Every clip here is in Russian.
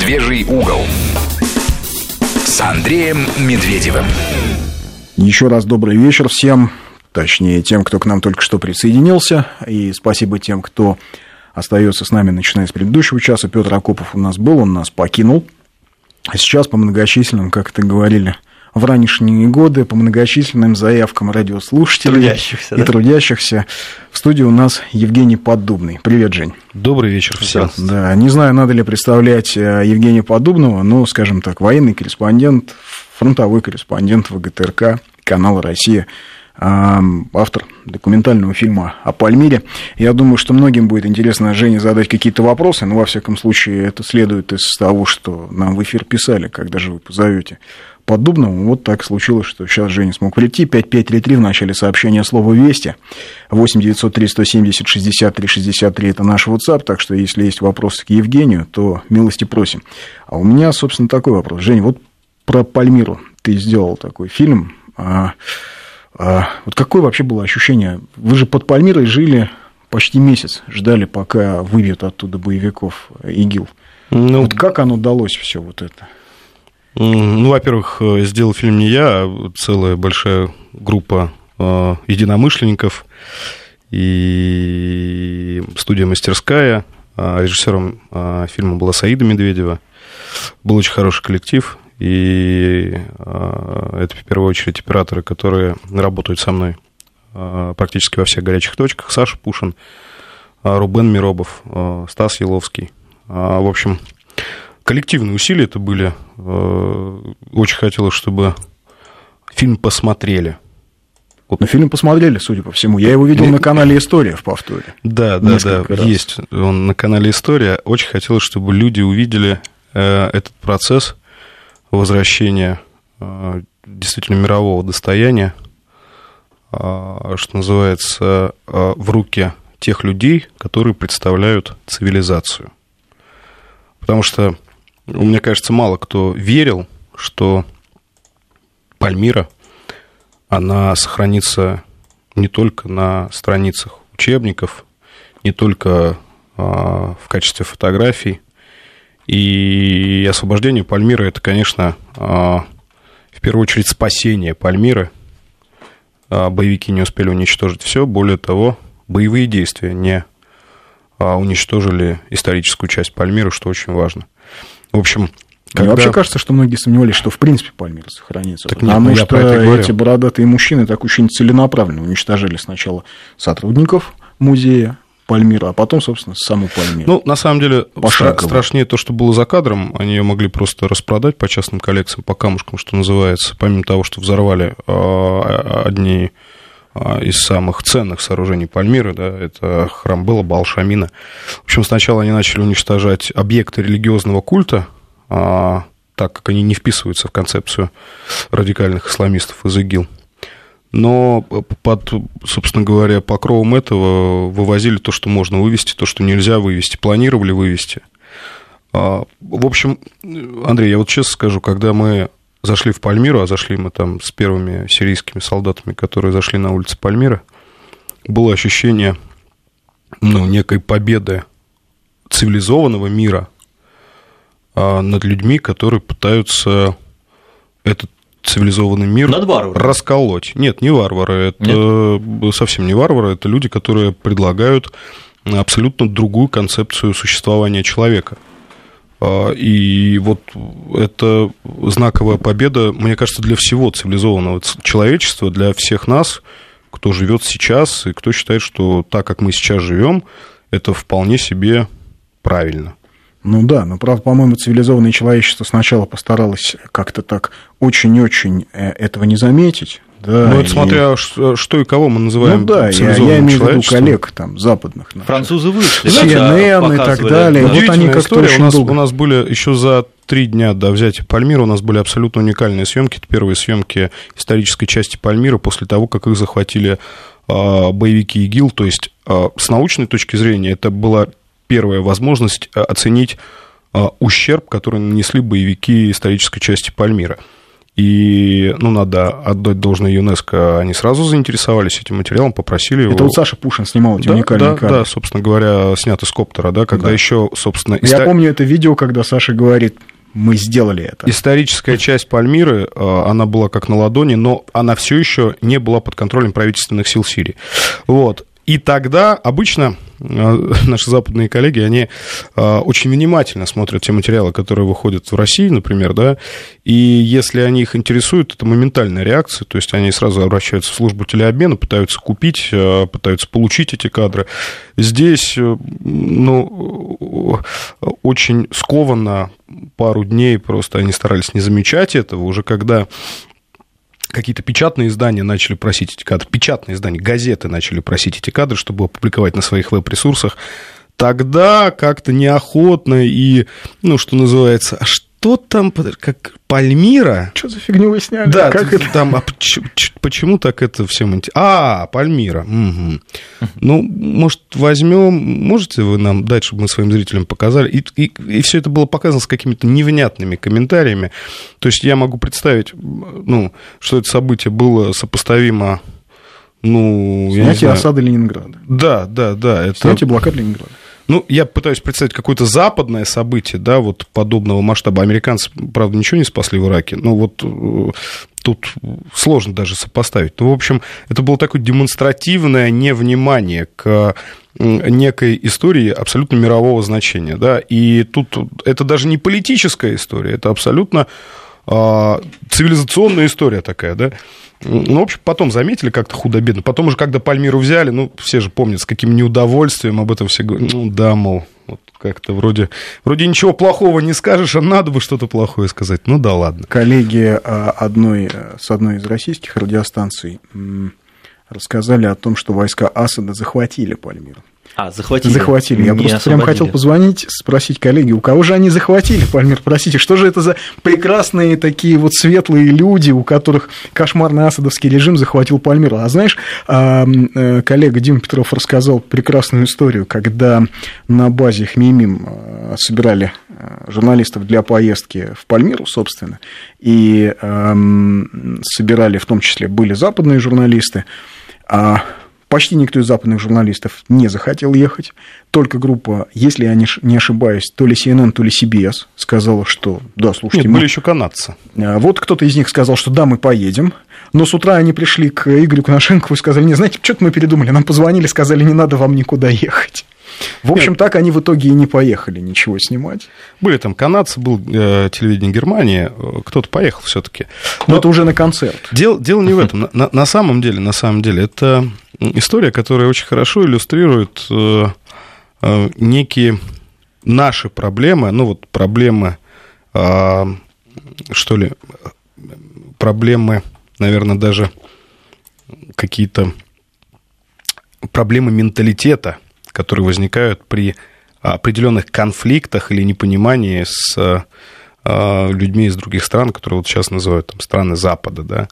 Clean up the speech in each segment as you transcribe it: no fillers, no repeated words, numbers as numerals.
«Медвежий угол» с Андреем Медведевым. Еще раз добрый вечер всем, точнее тем, кто к нам только что присоединился, и спасибо тем, кто остается с нами, начиная с предыдущего часа. Петр Акопов у нас был, он нас покинул. А сейчас по многочисленным, как это говорили в ранние годы, по многочисленным заявкам радиослушателей трудящихся, в студии у нас Евгений Поддубный. Привет, Жень. Добрый вечер всем. Да, не знаю, надо ли представлять Евгения Поддубного, но, скажем так, военный корреспондент, фронтовой корреспондент ВГТРК, канала «Россия», автор документального фильма о Пальмире. Я думаю, что многим будет интересно Жене задать какие-то вопросы, но, во всяком случае, это следует из того, что нам в эфир писали, когда же вы позовете Поддубного. Вот так случилось, что сейчас Женя смог прийти. 5533 в начале сообщения слово «Вести». 8-903-170-63-63 это наш WhatsApp, так что если есть вопросы к Евгению, то милости просим. А у меня, собственно, такой вопрос. Жень, вот про Пальмиру ты сделал такой фильм. Вот какое вообще было ощущение? Вы же под Пальмирой жили почти месяц, ждали, пока выбьют оттуда боевиков ИГИЛ. Вот как оно удалось все вот это? Ну, во-первых, сделал фильм не я, а целая большая группа единомышленников и студия «Мастерская». Режиссером фильма была Саида Медведева. Был очень хороший коллектив. И это, в первую очередь, операторы, которые работают со мной практически во всех горячих точках. Саша Пушин, Рубен Миробов, Стас Еловский. В общем, коллективные усилия это были. Очень хотелось, чтобы фильм посмотрели. Вот. Но фильм посмотрели, судя по всему. Я его видел на канале «История» в повторе. Да, есть он на канале «История». Очень хотелось, чтобы люди увидели этот процесс возвращения действительно мирового достояния, что называется, в руки тех людей, которые представляют цивилизацию. Потому что, мне кажется, мало кто верил, что Пальмира, она сохранится не только на страницах учебников, не только в качестве фотографий. И освобождение Пальмиры – это, конечно, в первую очередь спасение Пальмиры. Боевики не успели уничтожить все. Более того, боевые действия не уничтожили историческую часть Пальмиры, что очень важно. В общем, мне вообще кажется, что многие сомневались, что в принципе Пальмира сохранится. Так потому нет, что эти бородатые мужчины так очень целенаправленно уничтожили сначала сотрудников музея Пальмира, а потом, собственно, саму Пальмиру. Ну, на самом деле, страшнее то, что было за кадром. Они ее могли просто распродать по частным коллекциям, по камушкам, что называется. Помимо того, что взорвали одни из самых ценных сооружений Пальмиры, да, это храм Бела, Баал-Шамина. В общем, сначала они начали уничтожать объекты религиозного культа, так как они не вписываются в концепцию радикальных исламистов из ИГИЛ. Но под, собственно говоря, покровом этого вывозили то, что можно вывести, то, что нельзя вывести, планировали вывести. В общем, Андрей, я вот честно скажу, когда мы зашли в Пальмиру, а зашли мы там с первыми сирийскими солдатами, которые зашли на улицы Пальмиры, было ощущение некой победы цивилизованного мира над людьми, которые пытаются этот цивилизованный мир расколоть. Нет, не варвары. Это совсем не варвары. Это люди, которые предлагают абсолютно другую концепцию существования человека. И вот это знаковая победа, мне кажется, для всего цивилизованного человечества, для всех нас, кто живет сейчас и кто считает, что так, как мы сейчас живем, это вполне себе правильно. Ну да, но, правда, по-моему, цивилизованное человечество сначала постаралось как-то так очень-очень этого не заметить. Да, ну, это смотря что и кого мы называем цивилизованным я имею в виду коллег там, западных. Французы вышли. CNN и так далее. Вот они как-то у нас были еще за 3 дня до взятия Пальмиры, у нас были абсолютно уникальные съемки. Это первые съемки исторической части Пальмиры после того, как их захватили боевики ИГИЛ. То есть, с научной точки зрения, это была первая возможность оценить ущерб, который нанесли боевики исторической части Пальмиры. И, надо отдать должное ЮНЕСКО, они сразу заинтересовались этим материалом, попросили его... Это вот Саша Пушин снимал эти уникальные кадры. Да, собственно говоря, снят из коптера, да, когда еще, собственно... Я помню это видео, когда Саша говорит... Мы сделали это. Историческая часть Пальмиры, она была как на ладони, но она все еще не была под контролем правительственных сил Сирии. Вот. И тогда обычно наши западные коллеги, они очень внимательно смотрят те материалы, которые выходят в России, например, да, и если они их интересуют, это моментальная реакция, то есть они сразу обращаются в службу телеобмена, пытаются купить, пытаются получить эти кадры. Здесь, очень скованно, пару дней просто они старались не замечать этого, уже когда... Какие-то печатные издания начали просить эти кадры, печатные издания, газеты начали просить эти кадры, чтобы опубликовать на своих веб-ресурсах. Тогда как-то неохотно и, что называется, что там, как Пальмира? Что за фигню вы сняли? Да, как это там, почему так это всем интересно? Пальмира. Угу. Может, можете вы нам дать, чтобы мы своим зрителям показали? И все это было показано с какими-то невнятными комментариями. То есть я могу представить, что это событие было сопоставимо, снятие осады Ленинграда. Да. Снятие блокады Ленинграда. Я пытаюсь представить какое-то западное событие, да, вот подобного масштаба. Американцы, правда, ничего не спасли в Ираке, но тут сложно даже сопоставить. В общем, это было такое демонстративное невнимание к некой истории абсолютно мирового значения, да, и тут это даже не политическая история, это абсолютно цивилизационная история такая, да. В общем, потом заметили как-то худо-бедно. Потом уже, когда Пальмиру взяли, все же помнят, с каким неудовольствием об этом все говорят. Вот как-то вроде ничего плохого не скажешь, а надо бы что-то плохое сказать. Да ладно. Коллеги с одной из российских радиостанций рассказали о том, что войска Асада захватили Пальмиру. Захватили. Я просто прям хотел позвонить, спросить коллеги, у кого же они захватили Пальмир? Простите, что же это за прекрасные такие вот светлые люди, у которых кошмарный асадовский режим захватил Пальмир? А знаешь, коллега Дима Петров рассказал прекрасную историю, когда на базе Хмеймим собирали журналистов для поездки в Пальмиру, собственно, и собирали, в том числе, были западные журналисты, почти никто из западных журналистов не захотел ехать. Только группа, если я не ошибаюсь, то ли CNN, то ли CBS сказала, что да, слушайте... Нет, были еще канадцы. Вот кто-то из них сказал, что да, мы поедем. Но с утра они пришли к Игорю Коношенкову и сказали, знаете, что-то мы передумали. Нам позвонили, сказали, не надо вам никуда ехать. В общем, так они в итоге и не поехали ничего снимать. Были там канадцы, был телевидение Германии, кто-то поехал все-таки. Но это уже на концерт. Дело не в этом. На самом деле, это история, которая очень хорошо иллюстрирует некие наши проблемы, проблемы, проблемы, наверное, даже какие-то проблемы менталитета, которые возникают при определенных конфликтах или непонимании с людьми из других стран, которые вот сейчас называют страны Запада, да.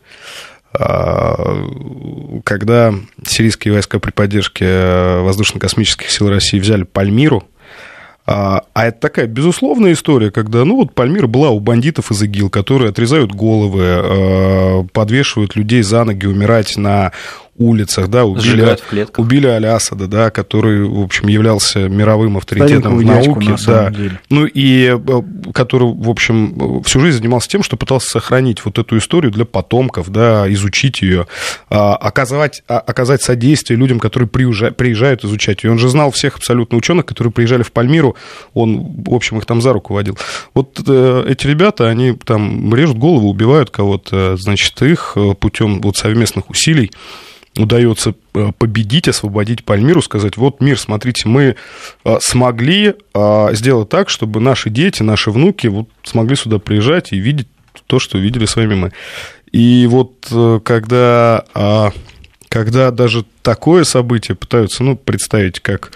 Когда сирийские войска при поддержке воздушно-космических сил России взяли Пальмиру, а это такая безусловная история, когда, Пальмира была у бандитов из ИГИЛ, которые отрезают головы, подвешивают людей за ноги умирать на улицах, да, убили Аль-Асада, да, который, в общем, являлся мировым авторитетом в науке, да, и который, в общем, всю жизнь занимался тем, что пытался сохранить вот эту историю для потомков, да, изучить ее, оказать содействие людям, которые приезжают изучать ее. Он же знал всех абсолютно ученых, которые приезжали в Пальмиру, он, в общем, их там за руку водил. Вот эти ребята, они там режут голову, убивают кого-то, значит, их путем вот совместных усилий удается победить, освободить Пальмиру, сказать, вот мир, смотрите, мы смогли сделать так, чтобы наши дети, наши внуки вот смогли сюда приезжать и видеть то, что видели с вами мы. И вот когда даже такое событие пытаются, представить как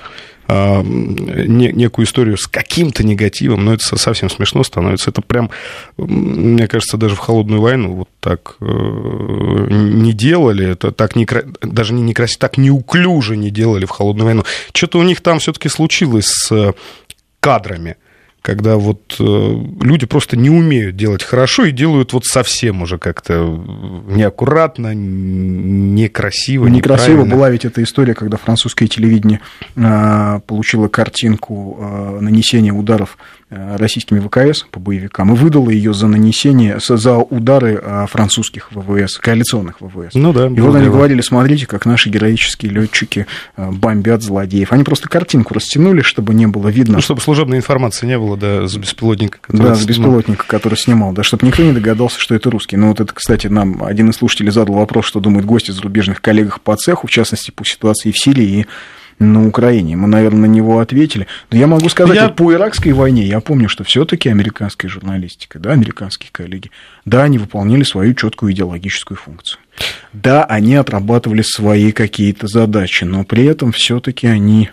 некую историю с каким-то негативом, но это совсем смешно становится. Это прям, мне кажется, даже в холодную войну вот так не делали, это так даже не некрасиво, так неуклюже не делали в холодную войну. Что-то у них там все-таки случилось с кадрами. когда вот люди просто не умеют делать хорошо и делают вот совсем уже как-то неаккуратно, некрасиво, некрасиво была ведь эта история, когда французское телевидение получило картинку нанесения ударов российскими ВКС по боевикам и выдало ее за нанесение, за удары французских ВВС, коалиционных ВВС. Ну да. И вот они говорили, смотрите, как наши героические летчики бомбят злодеев. Они просто картинку растянули, чтобы не было видно. Ну, чтобы служебной информации не было, да, с беспилотника, который снимал, да, чтобы никто не догадался, что это русский. Ну, вот это, кстати, нам один из слушателей задал вопрос, что думают гости зарубежных коллегах по цеху, в частности, по ситуации в Сирии и на Украине. Мы, наверное, на него ответили. Но я могу сказать, вот по иракской войне я помню, что все-таки американская журналистика, да, американские коллеги, да, они выполнили свою четкую идеологическую функцию. Да, они отрабатывали свои какие-то задачи, но при этом все-таки они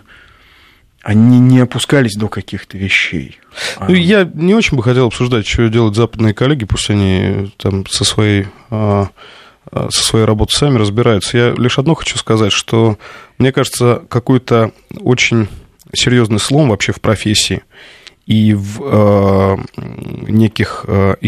не опускались до каких-то вещей. Ну, я не очень бы хотел обсуждать, что делают западные коллеги, пусть они там со своей работой сами разбираются. Я лишь одно хочу сказать, что, мне кажется, какой-то очень серьезный слом вообще в профессии и в неких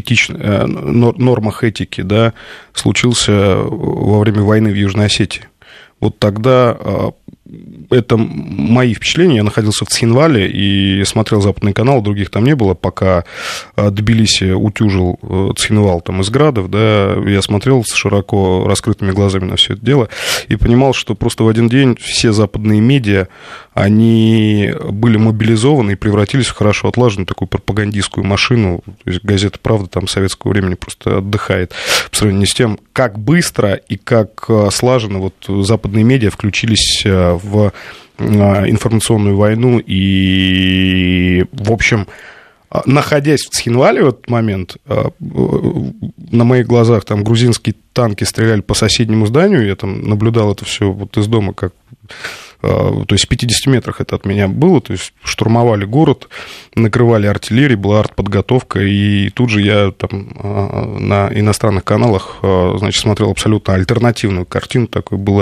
нормах этики, да, случился во время войны в Южной Осетии. Вот тогда это мои впечатления. Я находился в Цхинвале и смотрел западный канал, других там не было, пока Тбилиси утюжил Цхинвал там из градов, да, я смотрел с широко раскрытыми глазами на все это дело и понимал, что просто в один день все западные медиа, они были мобилизованы и превратились в хорошо отлаженную такую пропагандистскую машину. То есть газета «Правда» там советского времени просто отдыхает по сравнению с тем, как быстро и как слаженно вот западные медиа включились в информационную войну и, в общем, находясь в Цхинвале в этот момент, на моих глазах там грузинские танки стреляли по соседнему зданию, я там наблюдал это все вот из дома, как... То есть в 50 метрах это от меня было, то есть штурмовали город, накрывали артиллерией, была артподготовка, и тут же я там на иностранных каналах, значит, смотрел абсолютно альтернативную картину, такое было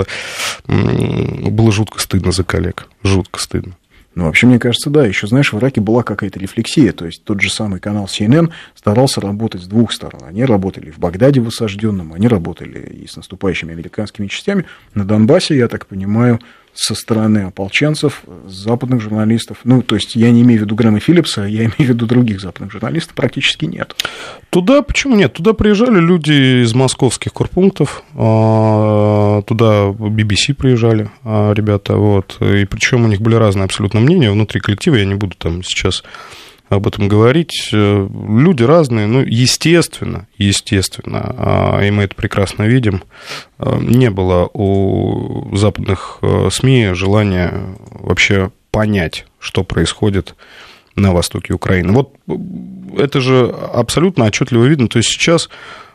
жутко стыдно за коллег, жутко стыдно. Ну, вообще, мне кажется, да. Еще, знаешь, в Ираке была какая-то рефлексия. То есть тот же самый канал CNN старался работать с двух сторон. Они работали в Багдаде в осажденном, они работали и с наступающими американскими частями. На Донбассе, я так понимаю, со стороны ополченцев, западных журналистов. Ну, то есть я не имею в виду Грэма Филлипса, я имею в виду других западных журналистов, практически нет. Туда почему нет? Туда приезжали люди из московских корпунктов, туда BBC приезжали ребята, вот, и причем у них были разные абсолютно мнения внутри коллектива, я не буду там сейчас об этом говорить. Люди разные, ну, естественно, и мы это прекрасно видим, не было у западных СМИ желания вообще понять, что происходит на востоке Украины. Вот это же абсолютно отчетливо видно. То есть сейчас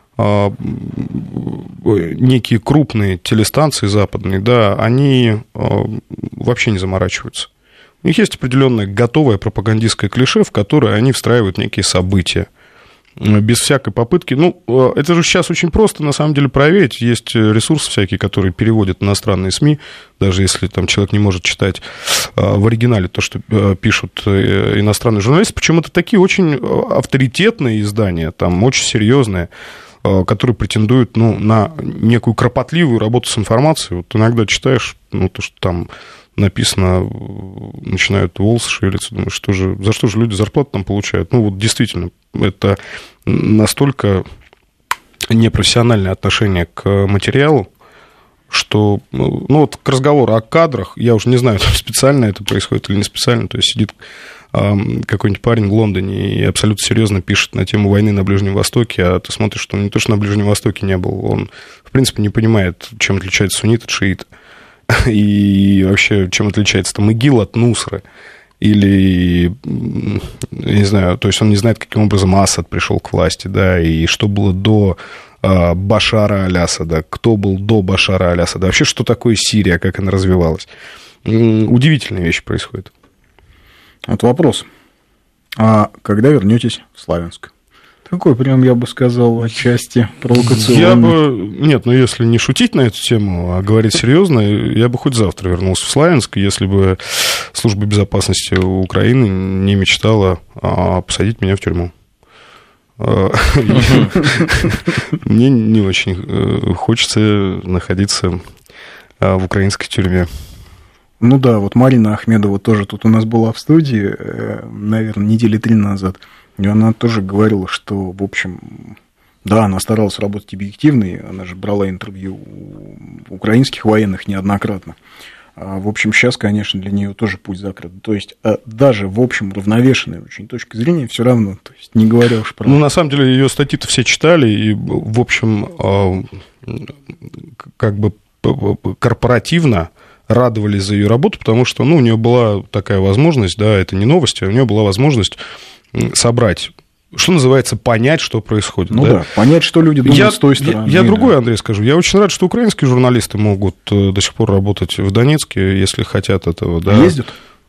некие крупные телестанции западные, да, они вообще не заморачиваются. У них есть определенное готовое пропагандистское клише, в которое они встраивают некие события. Без всякой попытки. Ну, это же сейчас очень просто, на самом деле, проверить. Есть ресурсы всякие, которые переводят иностранные СМИ, даже если там человек не может читать в оригинале то, что пишут иностранные журналисты. Причем это такие очень авторитетные издания, там, очень серьезные, которые претендуют, ну, на некую кропотливую работу с информацией. Вот иногда читаешь, ну, то, что там написано, начинают волосы шевелиться, думаешь, за что же люди зарплату там получают? Ну, вот действительно, это настолько непрофессиональное отношение к материалу, что, ну, вот к разговору о кадрах, я уже не знаю, специально это происходит или не специально, то есть сидит какой-нибудь парень в Лондоне и абсолютно серьезно пишет на тему войны на Ближнем Востоке, а ты смотришь, что он не то, что на Ближнем Востоке не был, он, в принципе, не понимает, чем отличается суннит от шиита. И вообще, чем отличается там ИГИЛ от Нусры, или, я не знаю, то есть он не знает, каким образом Асад пришел к власти, да, и что было до Башара аль-Асада, кто был до Башара аль-Асада, вообще, что такое Сирия, как она развивалась. Удивительные вещи происходят. Вот вопрос. А когда вернетесь в Славянск? Такой прям, я бы сказал, отчасти провокационный. Нет, если не шутить на эту тему, а говорить серьезно, я бы хоть завтра вернулся в Славянск, если бы служба безопасности Украины не мечтала посадить меня в тюрьму. Мне не очень хочется находиться в украинской тюрьме. Ну да, вот Марина Ахмедова тоже тут у нас была в студии, наверное, недели 3 назад. И она тоже говорила, что, в общем, да, она старалась работать объективно, она же брала интервью у украинских военных неоднократно. В общем, сейчас, конечно, для нее тоже путь закрыт. То есть, даже, в общем, равновешенной очень точки зрения, все равно, то есть, не говоря уж про... Ну, на самом деле, ее статьи-то все читали, и, в общем, как бы корпоративно радовались за ее работу, потому что, у нее была такая возможность, да, это не новости, у нее была возможность собрать, что называется, понять, что происходит. Ну да, понять, что люди думают с той стороны. Я другой, Андрей, скажу. Я очень рад, что украинские журналисты могут до сих пор работать в Донецке, если хотят этого. Да. Ездят?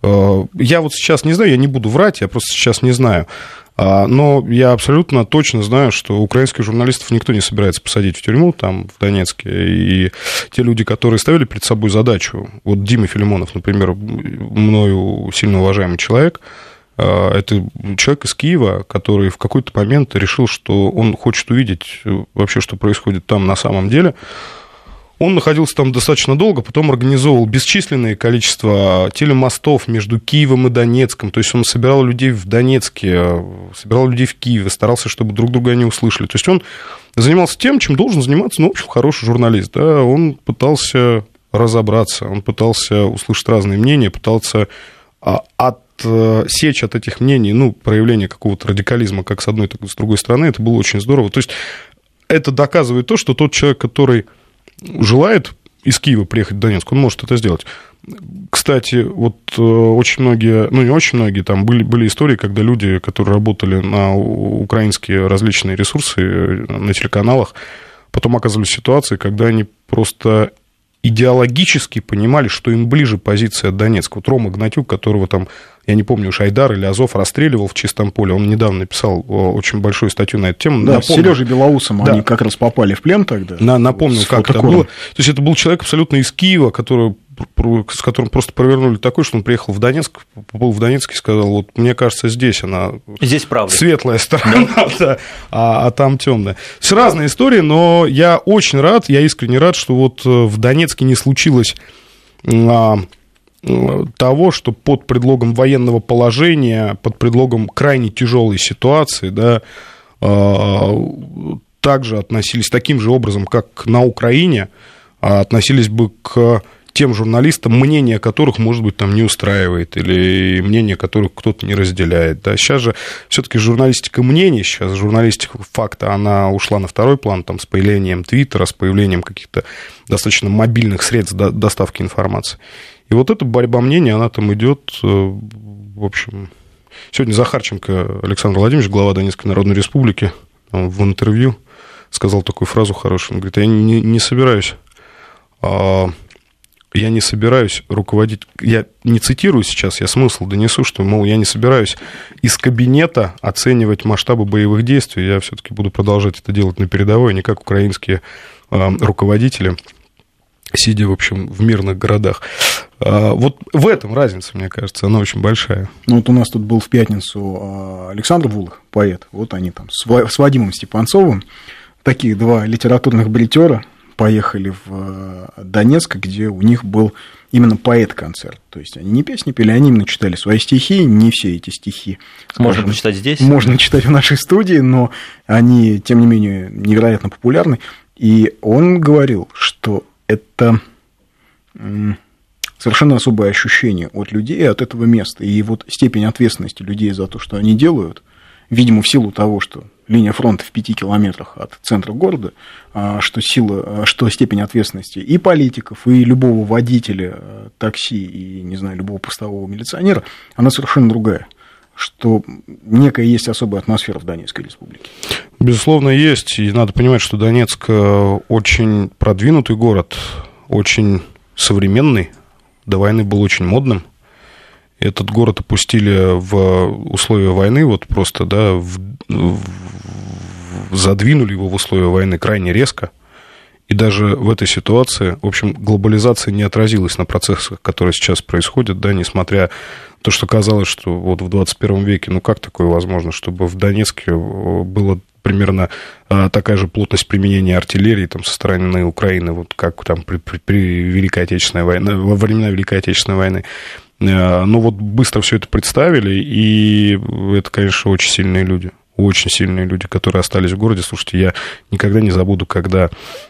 Я вот сейчас не знаю, я не буду врать, я просто сейчас не знаю. Но я абсолютно точно знаю, что украинских журналистов никто не собирается посадить в тюрьму там, в Донецке. И те люди, которые ставили перед собой задачу, вот Дима Филимонов, например, мною сильно уважаемый человек, это человек из Киева, который в какой-то момент решил, что он хочет увидеть вообще, что происходит там на самом деле. Он находился там достаточно долго, потом организовывал бесчисленное количество телемостов между Киевом и Донецком. То есть он собирал людей в Донецке, собирал людей в Киеве, старался, чтобы друг друга не услышали. То есть он занимался тем, чем должен заниматься, в общем, хороший журналист. Да? Он пытался разобраться, он пытался услышать разные мнения, пытался отсечь от этих мнений, проявление какого-то радикализма как с одной, так и с другой стороны. Это было очень здорово. То есть это доказывает то, что тот человек, который желает из Киева приехать в Донецк, он может это сделать. Кстати, вот очень многие, не очень многие, там были истории, когда люди, которые работали на украинские различные ресурсы, на телеканалах, потом оказывались в ситуации, когда они просто идеологически понимали, что им ближе позиция Донецка. Вот Рома Гнатюк, которого там, я не помню, Айдар или Азов расстреливал в чистом поле, он недавно написал очень большую статью на эту тему. Да, с Сережей Белоусом они как раз попали в плен тогда. Напомню, как это было. То есть это был человек абсолютно из Киева, с которым просто провернули такой, что он приехал в Донецк, побыл в Донецке и сказал, вот мне кажется, здесь правда. Светлая сторона, да, а там темная. Все разные истории, но я очень рад, я искренне рад, что вот в Донецке не случилось того, что под предлогом военного положения, под предлогом крайне тяжелой ситуации, да, также относились таким же образом, как на Украине, относились бы к тем журналистам, мнение которых, может быть, там не устраивает, или мнение которых кто-то не разделяет. Да. Сейчас же все-таки журналистика мнений, сейчас журналистика факта, она ушла на второй план, там, с появлением Твиттера, с появлением каких-то достаточно мобильных средств доставки информации. И вот эта борьба мнений, она там идет, в общем... Сегодня Захарченко Александр Владимирович, глава Донецкой Народной Республики, в интервью сказал такую фразу хорошую. Он говорит, я не собираюсь руководить, я не цитирую сейчас, я смысл донесу, что, я не собираюсь из кабинета оценивать масштабы боевых действий, я все-таки буду продолжать это делать на передовой, не как украинские руководители, сидя, в общем, в мирных городах. Вот в этом разница, мне кажется, она очень большая. Вот у нас тут был в пятницу Александр Вулых, поэт, вот они там с Вадимом Степанцовым, такие два литературных бритера, поехали в Донецк, где у них был именно поэт-концерт. То есть они не песни пели, они именно читали свои стихи, не все эти стихи. Можно почитать здесь? Можно читать в нашей студии, но они, тем не менее, невероятно популярны. И он говорил, что это совершенно особое ощущение от людей, от этого места. И вот степень ответственности людей за то, что они делают, видимо, в силу того, что линия фронта в 5 километрах от центра города, что степень ответственности и политиков, и любого водителя такси, и, не знаю, любого постового милиционера, она совершенно другая, что некая есть особая атмосфера в Донецкой республике. Безусловно, есть, и надо понимать, что Донецк очень продвинутый город, очень современный, до войны был очень модным. Этот город опустили в условия войны, вот просто, да, в задвинули его в условия войны крайне резко. И даже в этой ситуации, в общем, глобализация не отразилась на процессах, которые сейчас происходят, да, несмотря на то, что казалось, что вот в 21 веке, ну как такое возможно, чтобы в Донецке было примерно такая же плотность применения артиллерии там, со стороны Украины, вот как там при Великой Отечественной войне, во времена Великой Отечественной войны. Ну вот быстро все это представили, и это, конечно, очень сильные люди, которые остались в городе. Слушайте, я никогда не забуду, когда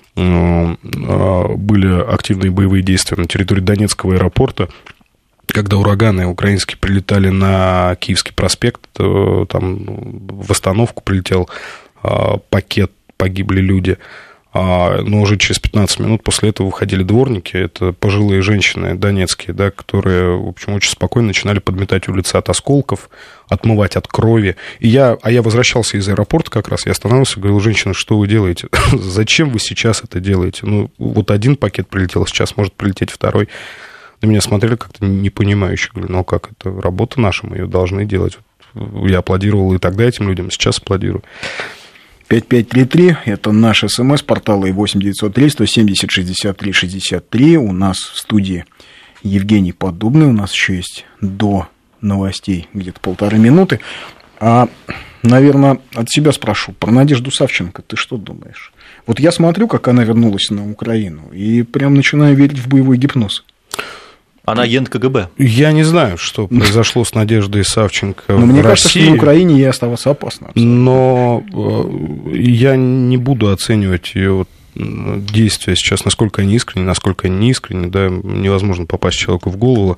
были активные боевые действия на территории Донецкого аэропорта, когда ураганы украинские прилетали на Киевский проспект, там в остановку прилетел пакет, погибли люди. Но уже через 15 минут после этого выходили дворники, это пожилые женщины донецкие, да, которые, в общем, очень спокойно начинали подметать улицы от осколков, отмывать от крови. Я возвращался из аэропорта как раз, я останавливался и говорил: женщины, что вы делаете? Зачем вы сейчас это делаете? Ну, вот один пакет прилетел, сейчас может прилететь второй. На меня смотрели как-то непонимающе. Говорю, ну как, это работа наша, мы ее должны делать. Я аплодировал и тогда этим людям, сейчас аплодирую. 5533, это наш СМС, портала и 8903-170-63-63. У нас в студии Евгений Поддубный, у нас еще есть до новостей где-то 1,5 минуты. Наверное, от себя спрошу, про Надежду Савченко ты что думаешь? Вот я смотрю, как она вернулась на Украину, и прям начинаю верить в боевой гипноз. Она агент КГБ. Я не знаю, что произошло с Надеждой Савченко в России. Но мне кажется, что на Украине ей оставаться опасно. Но я не буду оценивать ее действия сейчас, насколько они искренни, насколько они не искренни. Да, невозможно попасть человеку в голову.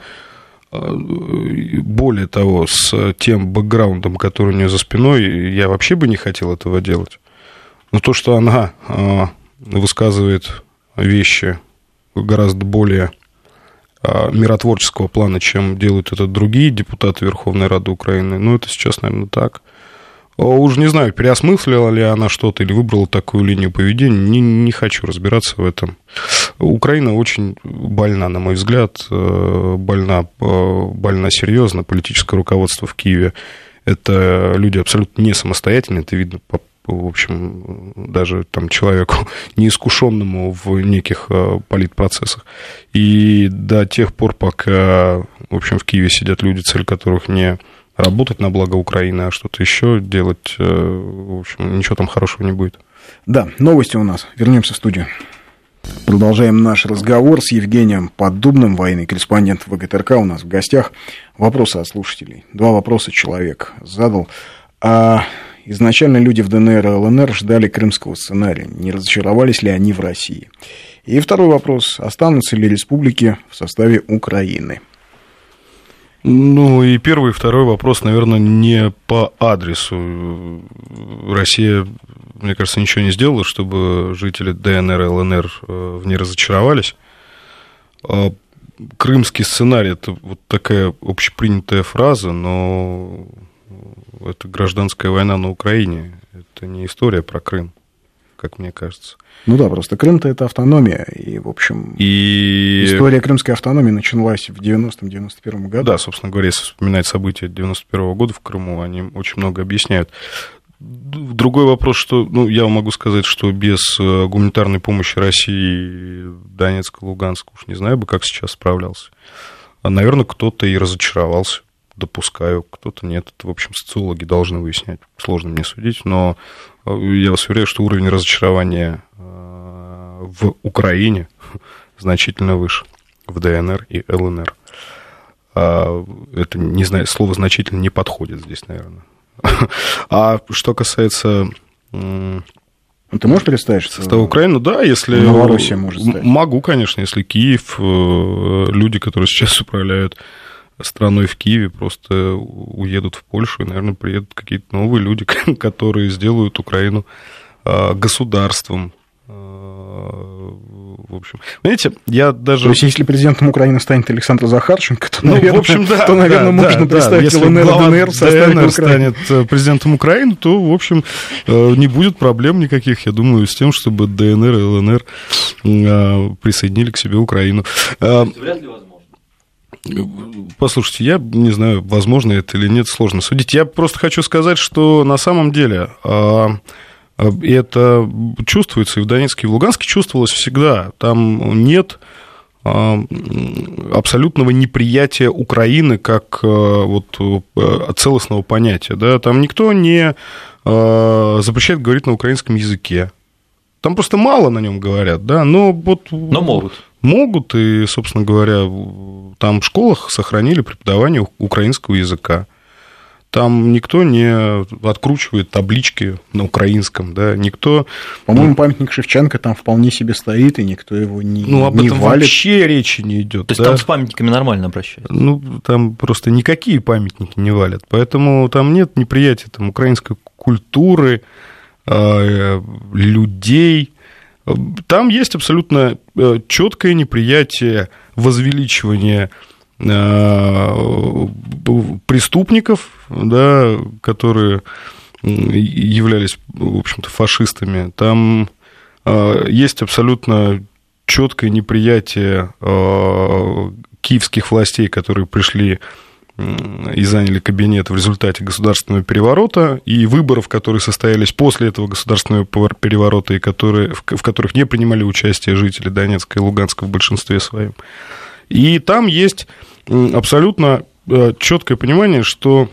Более того, с тем бэкграундом, который у нее за спиной, я вообще бы не хотел этого делать. Но то, что она высказывает вещи гораздо более миротворческого плана, чем делают это другие депутаты Верховной Рады Украины, ну, это сейчас, наверное, так. Уж не знаю, переосмыслила ли она что-то или выбрала такую линию поведения, не хочу разбираться в этом. Украина очень больна, на мой взгляд, больна серьезно. Политическое руководство в Киеве – это люди абсолютно не самостоятельные, это видно по, в общем, даже там человеку неискушенному в неких политпроцессах. И до тех пор, пока, в общем, в Киеве сидят люди, цель которых не работать на благо Украины, а что-то еще делать, в общем, ничего там хорошего не будет. Да, новости у нас. Вернемся в студию. Продолжаем наш разговор с Евгением Поддубным, военный корреспондент ВГТРК у нас в гостях. Вопросы от слушателей. 2 вопроса человек задал. Изначально люди в ДНР и ЛНР ждали крымского сценария. Не разочаровались ли они в России? И второй вопрос. Останутся ли республики в составе Украины? Ну, и первый, и второй вопрос, наверное, не по адресу. Россия, мне кажется, ничего не сделала, чтобы жители ДНР и ЛНР в ней разочаровались. Крымский сценарий – это вот такая общепринятая фраза, но это гражданская война на Украине. Это не история про Крым, как мне кажется. Ну да, просто Крым-то это автономия, и, в общем, история крымской автономии началась в 90-91 году. Да, собственно говоря, если вспоминать события 91 года в Крыму, они очень много объясняют. Другой вопрос, что, ну, я могу сказать, что без гуманитарной помощи России, Донецк, Луганск, уж не знаю бы, как сейчас справлялся. Наверное, кто-то и разочаровался, допускаю, кто-то нет. Это, в общем, социологи должны выяснять. Сложно мне судить, но я вас уверяю, что уровень разочарования в Украине значительно выше, в ДНР и ЛНР. Это, не знаю, слово «значительно» не подходит здесь, наверное. А что касается... Ты можешь представить, что состава Украины? Да, если... Новороссия может стать. Могу, конечно, если Киев, люди, которые сейчас управляют страной в Киеве, просто уедут в Польшу, и, наверное, приедут какие-то новые люди, которые сделают Украину государством. В общем, знаете, я даже... То есть, если президентом Украины станет Александр Захарченко, то, наверное, в общем, да, можно представить если ЛНР и ДНР в составе ДНР станет президентом Украины, то, в общем, не будет проблем никаких, я думаю, с тем, чтобы ДНР и ЛНР присоединили к себе Украину. Вряд ли возможно. Послушайте, я не знаю, возможно это или нет, сложно судить. Я просто хочу сказать, что на самом деле И это чувствуется и в Донецке, и в Луганске чувствовалось всегда. Там нет абсолютного неприятия Украины как вот целостного понятия. Да? Там никто не запрещает говорить на украинском языке. Там просто мало на нем говорят, да, но могут. Могут, и, собственно говоря, там в школах сохранили преподавание украинского языка. Там никто не откручивает таблички на украинском, да, никто... По-моему, памятник Шевченко там вполне себе стоит, и никто его не валит. Об этом вообще речи не идет. То есть там с памятниками нормально обращаются? Там просто никакие памятники не валят, поэтому там нет неприятия там, украинской культуры, людей. Там есть абсолютно четкое неприятие возвеличивания преступников, да, которые являлись, в общем-то, фашистами. Там есть абсолютно четкое неприятие киевских властей, которые пришли и заняли кабинет в результате государственного переворота, и выборов, которые состоялись после этого государственного переворота, и в которых не принимали участие жители Донецка и Луганска в большинстве своем. И там есть абсолютно четкое понимание, что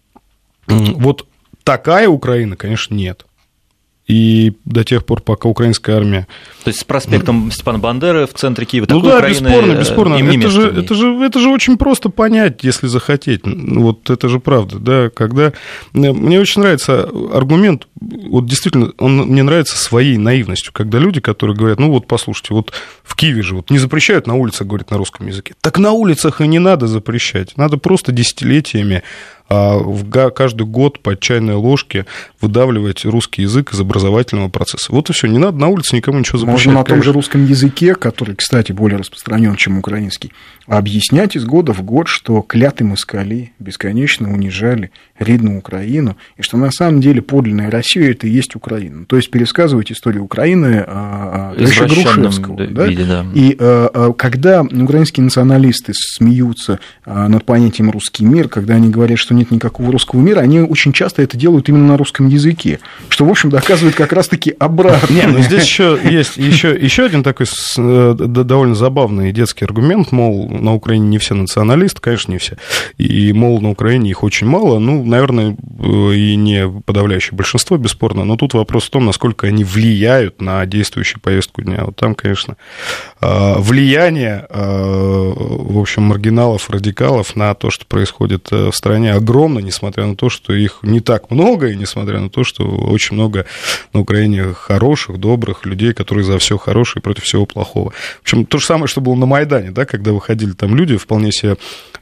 вот такая Украина, конечно, нет. И до тех пор, пока украинская армия... То есть с проспектом Степана Бандеры в центре Киева такой Украины... бесспорно. Это же очень просто понять, если захотеть. Вот это же правда, да. Когда... Мне очень нравится аргумент, вот действительно, он мне нравится своей наивностью, когда люди, которые говорят, послушайте, вот в Киеве же вот не запрещают на улицах говорить на русском языке. Так на улицах и не надо запрещать. Надо просто десятилетиями каждый год по чайной ложке выдавливать русский язык из образовательного процесса. Вот и все. Не надо на улице никому ничего запрещать. Можно на том же русском языке, который, кстати, более распространен, чем украинский, объяснять из года в год, что клятые москали бесконечно унижали рідную Украину, и что на самом деле подлинная Россия – это и есть Украина. То есть пересказывать историю Украины Гриша Грушевского. Виде, да. И когда украинские националисты смеются над понятием «русский мир», когда они говорят, что нет никакого русского мира, они очень часто это делают именно на русском языке, что, в общем, доказывает как раз-таки обратно. Нет, но здесь еще есть еще один такой довольно забавный детский аргумент, мол, на Украине не все националисты, конечно, не все, и, мол, на Украине их очень мало, наверное, и не подавляющее большинство, бесспорно, но тут вопрос в том, насколько они влияют на действующую повестку дня. Вот там, конечно, влияние, в общем, маргиналов, радикалов на то, что происходит в стране, огромно, несмотря на то, что их не так много, и несмотря на то, что очень много на Украине хороших, добрых людей, которые за все хорошее и против всего плохого. В общем, то же самое, что было на Майдане, да, когда выходили там люди вполне себе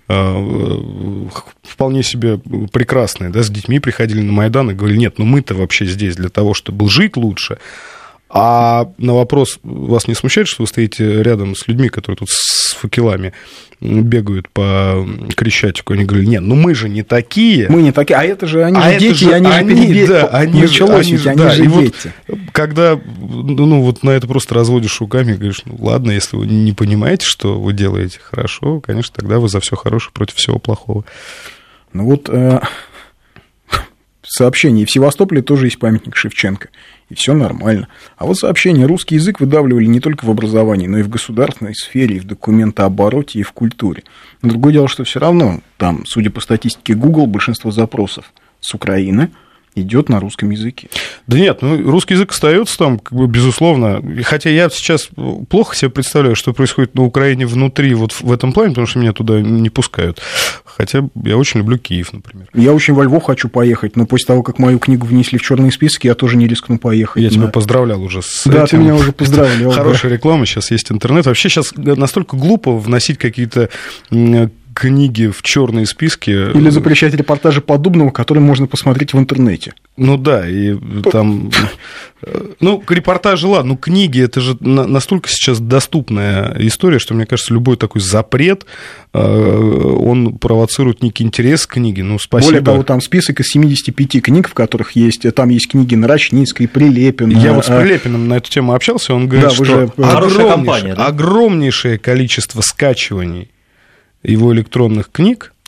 прекрасные, да, с детьми приходили на Майдан и говорили, нет, мы-то вообще здесь для того, чтобы жить лучше. А на вопрос, вас не смущает, что вы стоите рядом с людьми, которые тут с факелами бегают по Крещатику? Они говорили, нет, мы же не такие. Мы не такие, а это же они же дети, они же дети. Вот, когда, вот на это просто разводишь руками и говоришь, ладно, если вы не понимаете, что вы делаете хорошо, конечно, тогда вы за все хорошее против всего плохого. В сообщении в Севастополе тоже есть памятник Шевченко, и все нормально. А вот сообщение: русский язык выдавливали не только в образовании, но и в государственной сфере, и в документообороте, и в культуре. Но другое дело, что все равно там, судя по статистике Google, большинство запросов с Украины идет на русском языке. Да нет, русский язык остается там, безусловно. Хотя я сейчас плохо себе представляю, что происходит на Украине внутри вот в этом плане, потому что меня туда не пускают. Хотя я очень люблю Киев, например. Я очень во Львов хочу поехать, но после того, как мою книгу внесли в черный список, я тоже не рискну поехать. Я тебя поздравлял уже с этим. Да, ты меня уже поздравлял. Хорошая реклама, сейчас есть интернет. Вообще сейчас настолько глупо вносить какие-то книги в черные списки. Или запрещать репортажи Поддубного, которые можно посмотреть в интернете. Да, и там... репортажи, ладно, книги, это же настолько сейчас доступная история, что, мне кажется, любой такой запрет, он провоцирует некий интерес к книге. Спасибо. Более того, там список из 75 книг, в которых есть, там есть книги Нарочницкой, Прилепина. Я вот с Прилепиным на эту тему общался, он говорит, что огромнейшее количество скачиваний его электронных книг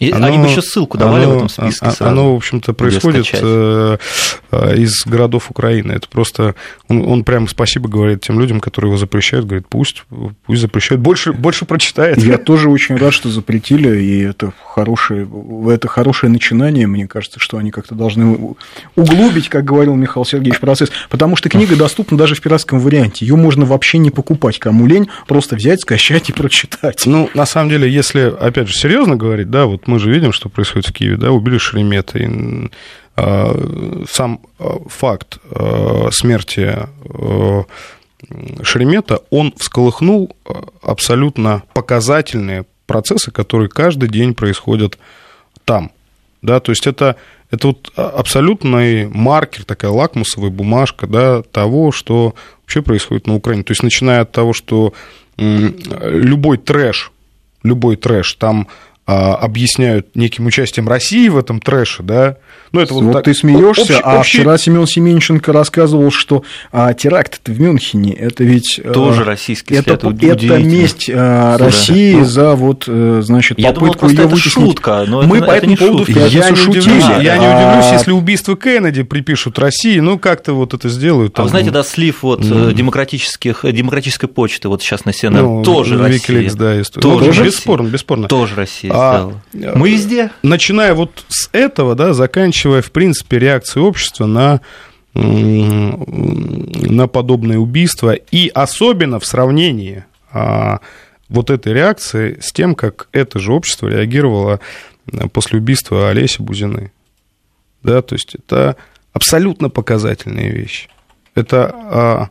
Они бы еще ссылку давали в этом списке сразу. Оно, в общем-то, происходит из городов Украины. Это просто... Он прямо спасибо говорит тем людям, которые его запрещают. Говорит, пусть запрещают. Больше прочитает. Я тоже очень рад, что запретили, и это хорошее начинание. Мне кажется, что они как-то должны углубить, как говорил Михаил Сергеевич, процесс. Потому что книга доступна даже в пиратском варианте. Ее можно вообще не покупать. Кому лень, просто взять, скачать и прочитать. Ну, на самом деле, если, опять же, серьезно говорить, да, вот мы же видим, что происходит в Киеве, да, убили Шеремета, и сам факт смерти Шеремета, он всколыхнул абсолютно показательные процессы, которые каждый день происходят там, да, то есть это вот абсолютный маркер, такая лакмусовая бумажка, да, того, что вообще происходит на Украине, то есть начиная от того, что любой трэш там объясняют неким участием России в этом трэше, да. Ну, это вот так, ты смеешься, вчера Семен Семенченко рассказывал, что теракт в Мюнхене, это ведь... Тоже российский след, это месть России за вот, значит, попытку ее вытеснить. Шутка, но мы это по этому поводу в пятницу шутили. Я не удивлюсь, если убийство Кеннеди припишут России, ну, как-то вот это сделают. Вы знаете, да, слив вот демократической почты вот сейчас на CNN, тоже Россия. Wikileaks, да, тоже бесспорно. Тоже Россия сделала. Мы везде. Начиная вот с этого, да, заканчивая, в принципе, реакцией общества на подобные убийства, и особенно в сравнении вот этой реакции с тем, как это же общество реагировало после убийства Олеси Бузиной. Да, то есть это абсолютно показательные вещи. Это,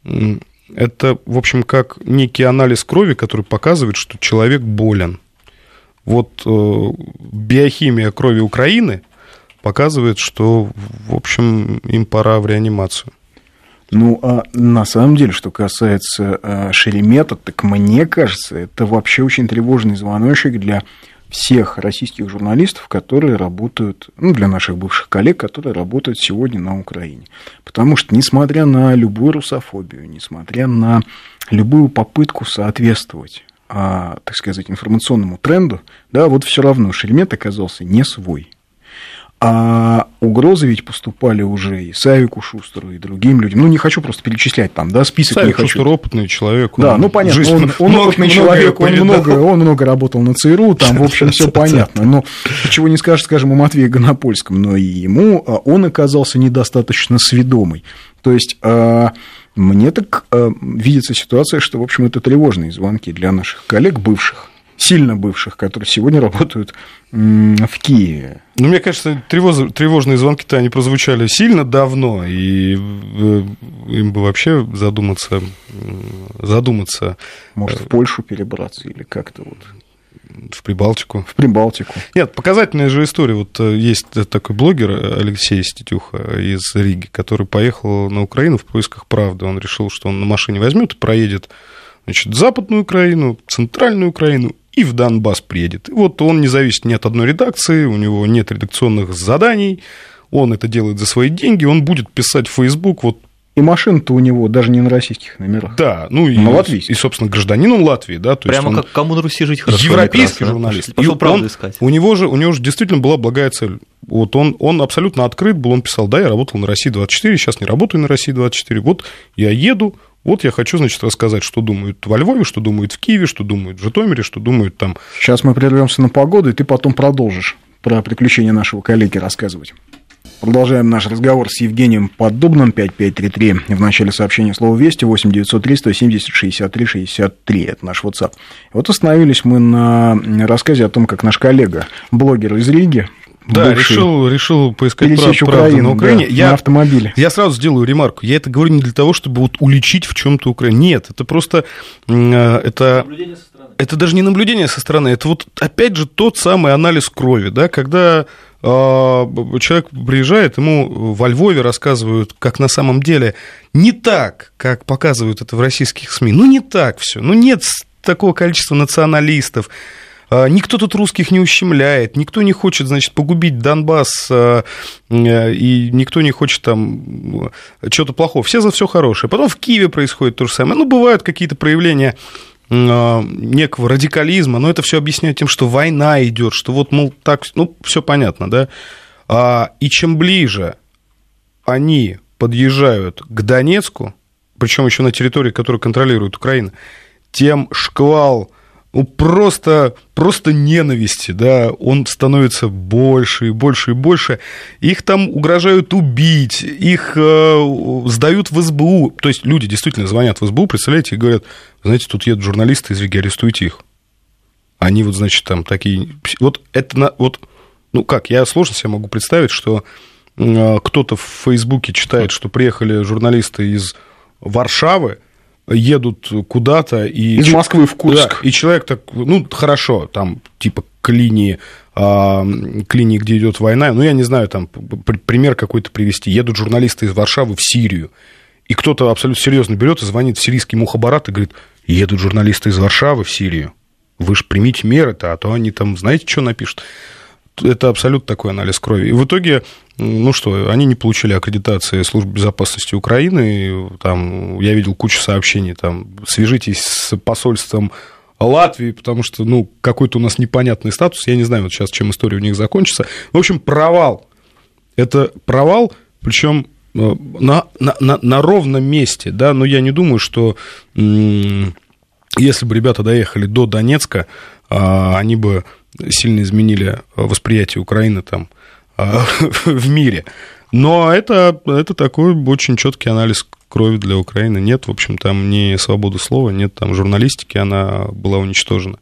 в общем, как некий анализ крови, который показывает, что человек болен. Вот биохимия крови Украины показывает, что, в общем, им пора в реанимацию. Ну, а на самом деле, что касается Шеремета, так мне кажется, это вообще очень тревожный звоночек для всех российских журналистов, которые работают, ну, для наших бывших коллег, которые работают сегодня на Украине. Потому что, несмотря на любую русофобию, несмотря на любую попытку соответствовать, так сказать, информационному тренду, да, вот все равно Шеремет оказался не свой. А угрозы ведь поступали уже и Савику Шустеру, и другим людям. Ну, не хочу просто перечислять там, да, список Савик не хочу. Шустер опытный человек. Да, ну, понятно, он опытный человек, он много работал на ЦРУ, там, в общем, все понятно. Но чего не скажешь, скажем, о Матвее Гонопольском, но и ему он оказался недостаточно сведомый. То есть мне так видится ситуация, что, в общем, это тревожные звонки для наших коллег бывших, сильно бывших, которые сегодня работают в Киеве. Ну, мне кажется, тревожные звонки-то, они прозвучали сильно давно, и им бы вообще задуматься. Может, в Польшу перебраться или как-то вот. В Прибалтику. Нет, показательная же история. Вот есть такой блогер Алексей Стетюха из Риги, который поехал на Украину в поисках правды. Он решил, что он на машине возьмет и проедет, значит, Западную Украину, Центральную Украину и в Донбасс приедет. И вот он не зависит ни от одной редакции, у него нет редакционных заданий, он это делает за свои деньги, он будет писать в Facebook вот. И машина-то у него даже не на российских номерах. Да, ну и, собственно, гражданин он Латвии, да. То прямо есть как кому на Руси жить хорошо. Европейский журналист. Пошел правду искать. У него же действительно была благая цель. Вот он абсолютно открыт был, он писал, да, я работал на России-24, сейчас не работаю на России-24, вот я еду, вот я хочу, значит, рассказать, что думают во Львове, что думают в Киеве, что думают в Житомире, что думают там. Сейчас мы прервемся на погоду, и ты потом продолжишь про приключения нашего коллеги рассказывать. Продолжаем наш разговор с Евгением Поддубным, 5533. В начале сообщения слово «Вести», 8 903 170 63 63. Это наш WhatsApp. Вот остановились мы на рассказе о том, как наш коллега, блогер из Риги, да, решил поискать правду на Украине. Да, на автомобиле. Я сразу сделаю ремарку. Я это говорю не для того, чтобы вот уличить в чем-то Украину. Нет, это просто... Это даже не наблюдение со стороны. Это вот, опять же, тот самый анализ крови, да, когда человек приезжает, ему во Львове рассказывают, как на самом деле не так, как показывают это в российских СМИ. Ну, не так все. Ну, нет такого количества националистов. Никто тут русских не ущемляет, никто не хочет, значит, погубить Донбасс, и никто не хочет там чего-то плохого. Все за все хорошее. Потом в Киеве происходит то же самое. Ну, бывают какие-то проявления некого радикализма, но это все объясняют тем, что война идет, что вот, мол, так, ну, все понятно, да. И чем ближе они подъезжают к Донецку, причем еще на территории, которую контролирует Украина, тем шквал, ну, просто ненависти, да, он становится больше и больше и больше. Их там угрожают убить, их сдают в СБУ. То есть люди действительно звонят в СБУ, представляете, и говорят, знаете, тут едут журналисты из Риги, арестуйте их. Они вот, значит, там такие... Вот это... Вот, ну как, я сложно себе могу представить, что кто-то в Фейсбуке читает, что приехали журналисты из Варшавы, едут куда-то и... Из Москвы в Курск. Да, и человек так, ну, хорошо, там, типа, к линии, где идет война, ну, я не знаю, там, пример какой-то привести. Едут журналисты из Варшавы в Сирию, и кто-то абсолютно серьезно берет и звонит в сирийский мухабарат и говорит, едут журналисты из Варшавы в Сирию, вы же примите меры-то, а то они там, знаете, что напишут? Это абсолютно такой анализ крови. И в итоге, ну что, они не получили аккредитации службы безопасности Украины. Там, я видел кучу сообщений, там, свяжитесь с посольством Латвии, потому что, ну, какой-то у нас непонятный статус. Я не знаю, вот сейчас, чем история у них закончится. В общем, провал. Это провал, причем на ровном месте, да, но я не думаю, что если бы ребята доехали до Донецка, они бы сильно изменили восприятие Украины там в мире. Но это такой очень четкий анализ крови для Украины. Нет, в общем, там ни свободы слова, нет там журналистики, она была уничтожена.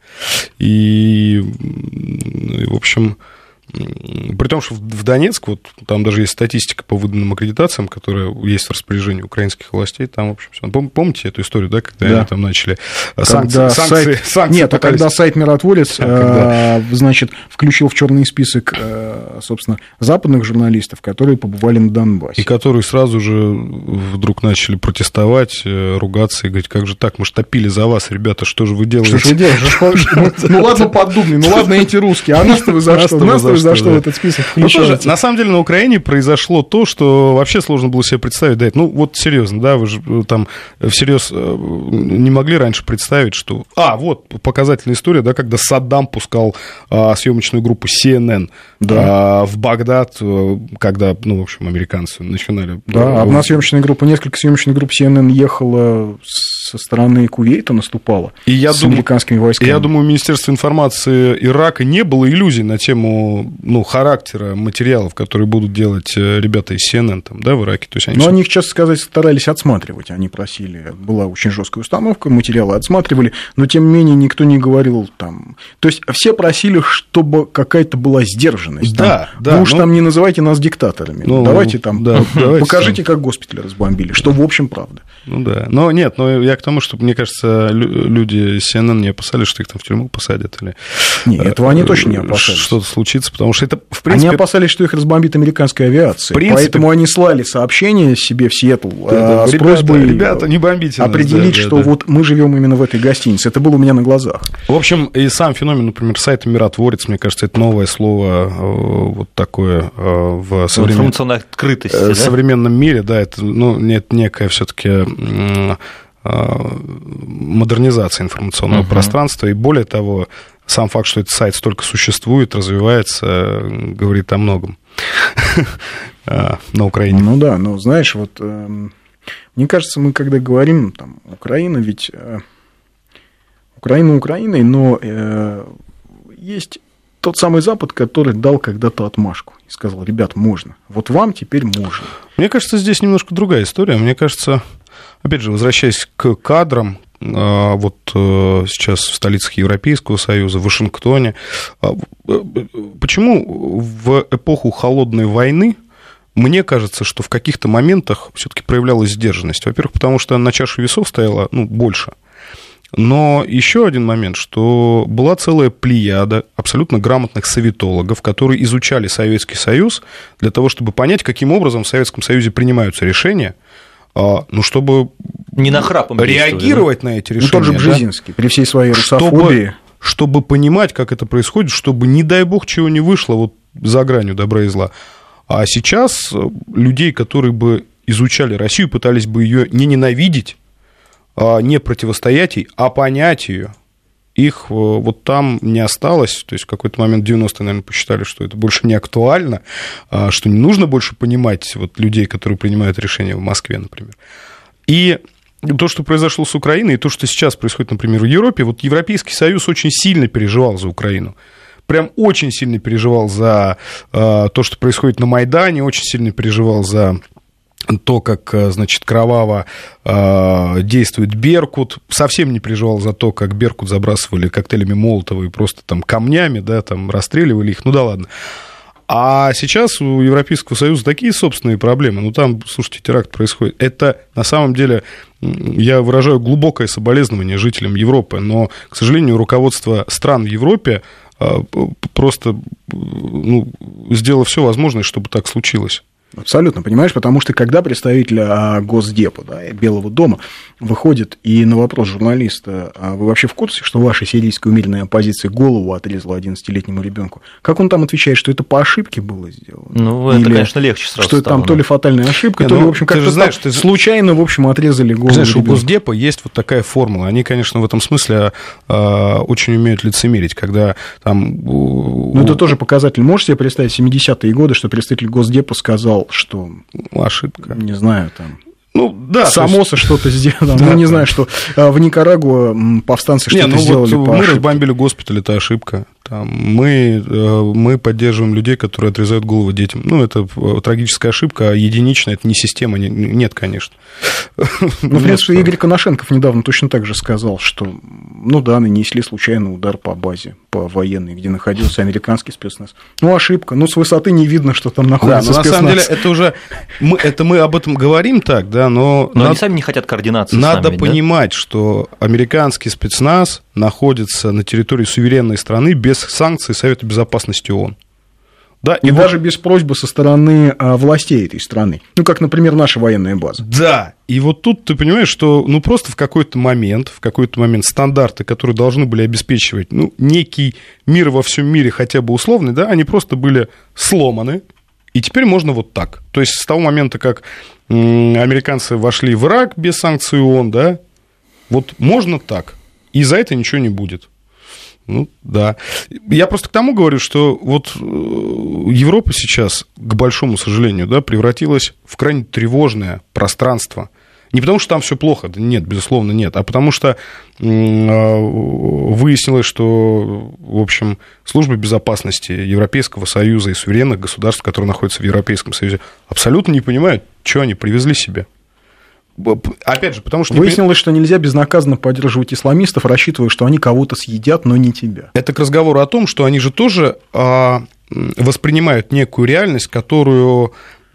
И в общем... При том, что в Донецк, вот там даже есть статистика по выданным аккредитациям, которая есть в распоряжении украинских властей, там, в общем, все. Помните эту историю, да, когда они там начали санкции? Нет, а когда сайт «Миротворец», значит, включил в черный список, собственно, западных журналистов, которые побывали на Донбассе. И которые сразу же вдруг начали протестовать, ругаться и говорить, как же так, мы ж топили за вас, ребята, что же вы делаете? Что же вы делаете? Ну ладно, поддубный, ну ладно, эти русские, а нас-то вы за что? За что в этот список включаете? Ну, на самом деле на Украине произошло то, что вообще сложно было себе представить. Да, ну, вот серьезно, да, вы же там всерьез не могли раньше представить, что... вот показательная история, да, когда Саддам пускал съемочную группу CNN в Багдад, когда, ну, в общем, американцы начинали... Да, одна съемочная группа, несколько съемочных групп CNN ехала со стороны Кувейта, наступала с американскими войсками. Я думаю, у Министерства информации Ирака не было иллюзий на тему, ну, характера материалов, которые будут делать ребята из CNN там, да, в Ираке. То есть они их, честно сказать, старались отсматривать. Они просили, была очень жесткая установка, материалы отсматривали, но тем не менее никто не говорил там. То есть все просили, чтобы какая-то была сдержанность. Да, там. Вы уж там не называйте нас диктаторами. Давайте там покажите, как госпитали разбомбили, что в общем правда. Ну да. Но нет, но я к тому, что, мне кажется, люди из CNN не опасались, что их там в тюрьму посадят. Или... Нет, этого они точно не опасались. Что-то случится, потому что это, в принципе... Они опасались, что их разбомбит американская авиация. Поэтому они слали сообщение себе в Сиэтл с просьбой ребята, не бомбите определить, что вот мы живем именно в этой гостинице. Это было у меня на глазах. В общем, и сам феномен, например, сайта «Миротворец», мне кажется, это новое слово вот такое в информационной открытости, современном мире. Да, это, ну, некая все-таки модернизация информационного пространства. И более того, сам факт, что этот сайт столько существует, развивается, говорит о многом на Украине. Ну да, но знаешь, вот мне кажется, мы когда говорим там Украина, ведь Украина Украиной, но есть тот самый Запад, который дал когда-то отмашку и сказал, ребят, можно, вот вам теперь можно. Мне кажется, здесь немножко другая история. Мне кажется, опять же, возвращаясь к кадрам, вот сейчас в столицах Европейского Союза, в Вашингтоне. Почему в эпоху холодной войны мне кажется, что в каких-то моментах все-таки проявлялась сдержанность? Во-первых, потому что на чаше весов стояло больше. Но еще один момент, что была целая плеяда абсолютно грамотных советологов, которые изучали Советский Союз для того, чтобы понять, каким образом в Советском Союзе принимаются решения, чтобы не нахрапом реагировать на эти решения. Тот же Бжезинский, при всей своей русофобии. Чтобы понимать, как это происходит, чтобы, не дай бог, чего не вышло вот за гранью добра и зла. А сейчас людей, которые бы изучали Россию, пытались бы ее не ненавидеть, не противостоять ей, а понять ее. Их вот там не осталось, то есть в какой-то момент 90-е, наверное, посчитали, что это больше не актуально, что не нужно больше понимать вот людей, которые принимают решения в Москве, например. И то, что произошло с Украиной, и то, что сейчас происходит, например, в Европе, вот Европейский Союз очень сильно переживал за Украину. Прям очень сильно переживал за то, что происходит на Майдане, очень сильно переживал за то, как, значит, кроваво действует Беркут, совсем не переживал за то, как Беркут забрасывали коктейлями Молотова и просто там камнями, да, там расстреливали их, ну да ладно. А сейчас у Европейского Союза такие собственные проблемы, ну там, слушайте, теракт происходит. Это, на самом деле, я выражаю глубокое соболезнование жителям Европы, но, к сожалению, руководство стран в Европе просто сделало все возможное, чтобы так случилось. Абсолютно, понимаешь, потому что когда представитель Госдепа, да, Белого дома выходит и на вопрос журналиста: а вы вообще в курсе, что ваша сирийская умеренная оппозиция голову отрезала 11-летнему ребенку? Как он там отвечает, что это по ошибке было сделано? Ну, это, конечно, легче сразу что это там то ли фатальная ошибка, то ли, в общем, как-то знаешь, случайно, в общем, отрезали голову ребенку. Знаешь, у Госдепа есть вот такая формула. Они, конечно, в этом смысле очень умеют лицемерить, когда там... Ну, это тоже показатель. Можешь себе представить 70-е годы, что представитель Госдепа сказал, что... Ошибка. Не знаю, там... Ну, да, Самоса что-то сделано. Ну, не знаю, что в Никарагуа повстанцы что-то сделали. Мы разбомбили госпиталь, это ошибка. Там, мы поддерживаем людей, которые отрезают головы детям. Ну, это трагическая ошибка, а единичная, это не система. Нет, конечно. Ну, в принципе, Игорь Коношенков недавно точно так же сказал, что, ну да, нанесли случайный удар по базе, по военной, где находился американский спецназ. Ну, ошибка. Ну, с высоты не видно, что там находится спецназ. На самом деле, это уже... Мы об этом говорим так, да, но они сами не хотят координации. Надо понимать, что американский спецназ находится на территории суверенной страны без санкций Совета Безопасности ООН. Да, и даже без просьбы со стороны властей этой страны. Ну, как, например, наша военная база. Да, и вот тут ты понимаешь, что ну, просто в какой-то момент стандарты, которые должны были обеспечивать некий мир во всем мире, хотя бы условный, да, они просто были сломаны. И теперь можно вот так. То есть с того момента, как американцы вошли в Ирак без санкций ООН, да, вот можно так. И за это ничего не будет. Ну, да. Я просто к тому говорю, что вот Европа сейчас, к большому сожалению, да, превратилась в крайне тревожное пространство. Не потому, что там все плохо, нет, безусловно, нет, а потому что выяснилось, что, в общем, службы безопасности Европейского Союза и суверенных государств, которые находятся в Европейском Союзе, абсолютно не понимают, что они привезли себе. Опять же, потому что... Выяснилось, что нельзя безнаказанно поддерживать исламистов, рассчитывая, что они кого-то съедят, но не тебя. Это к разговору о том, что они же тоже воспринимают некую реальность, которую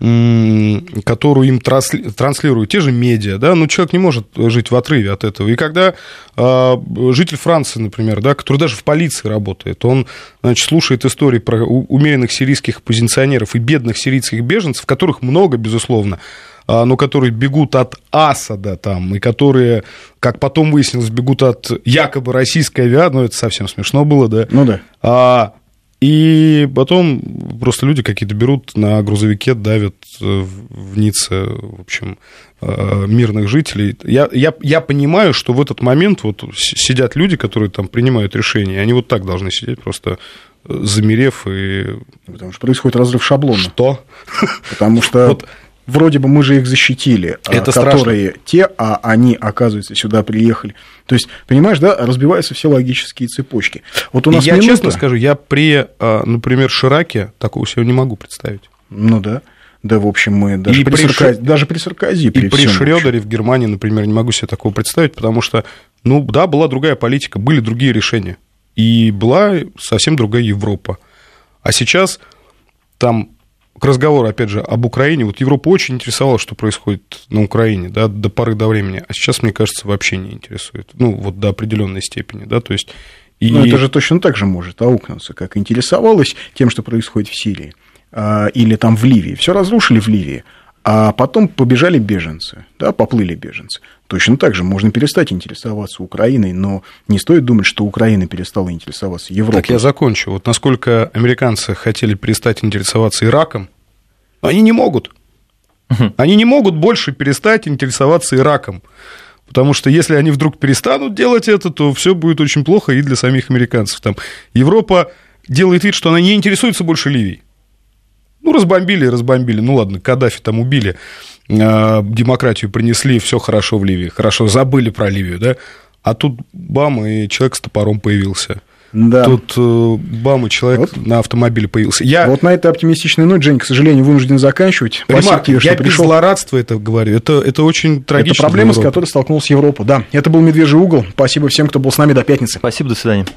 им транслируют те же медиа, да, но человек не может жить в отрыве от этого. И когда житель Франции, например, да, который даже в полиции работает, он, значит, слушает истории про умеренных сирийских оппозиционеров и бедных сирийских беженцев, которых много, безусловно, но которые бегут от Асада там, и которые, как потом выяснилось, бегут от якобы российской авиации, ну, это совсем смешно было, да? Ну, да. И потом просто люди какие-то берут на грузовике, давят в Ницце, в общем, мирных жителей. Я понимаю, что в этот момент вот сидят люди, которые там принимают решения, они вот так должны сидеть, просто замерев и... Потому что происходит разрыв шаблона. Что? Потому что... Вот... Вроде бы мы же их защитили, это которые страшно. А они, оказывается, сюда приехали. То есть, понимаешь, да, разбиваются все логические цепочки. Вот у нас я честно скажу, я при, например, Шираке такого себе не могу представить. Ну да. Да, в общем, мы даже при Саркози. И при Шрёдере в Германии, например, не могу себе такого представить, потому что, ну да, была другая политика, были другие решения. И была совсем другая Европа. А сейчас там... К разговору, опять же, об Украине. Вот Европа очень интересовала, что происходит на Украине, да, до поры до времени. А сейчас, мне кажется, вообще не интересует. Ну, вот до определенной степени, да, то есть... Но это же точно так же может аукнуться, как интересовалась тем, что происходит в Сирии или там в Ливии. Все разрушили в Ливии, а потом побежали беженцы, да, поплыли беженцы. Точно так же можно перестать интересоваться Украиной, но не стоит думать, что Украина перестала интересоваться Европой. Так я закончу. Вот насколько американцы хотели перестать интересоваться Ираком, они не могут. Они не могут больше перестать интересоваться Ираком. Потому что если они вдруг перестанут делать это, то все будет очень плохо и для самих американцев. Там Европа делает вид, что она не интересуется больше Ливией. Ну, разбомбили. Ну, ладно, Каддафи там убили, демократию принесли, все хорошо в Ливии. Хорошо, забыли про Ливию, да? А тут бам, и человек с топором появился. Да. Тут бам, и человек на автомобиле появился. Вот на этой оптимистичной ноте, Жень, к сожалению, вынужден заканчивать. Ремарк, я без злорадства это говорю. Это очень трагично. Это проблема, с которой столкнулась Европа. Да, это был «Медвежий угол». Спасибо всем, кто был с нами. До пятницы. Спасибо, до свидания.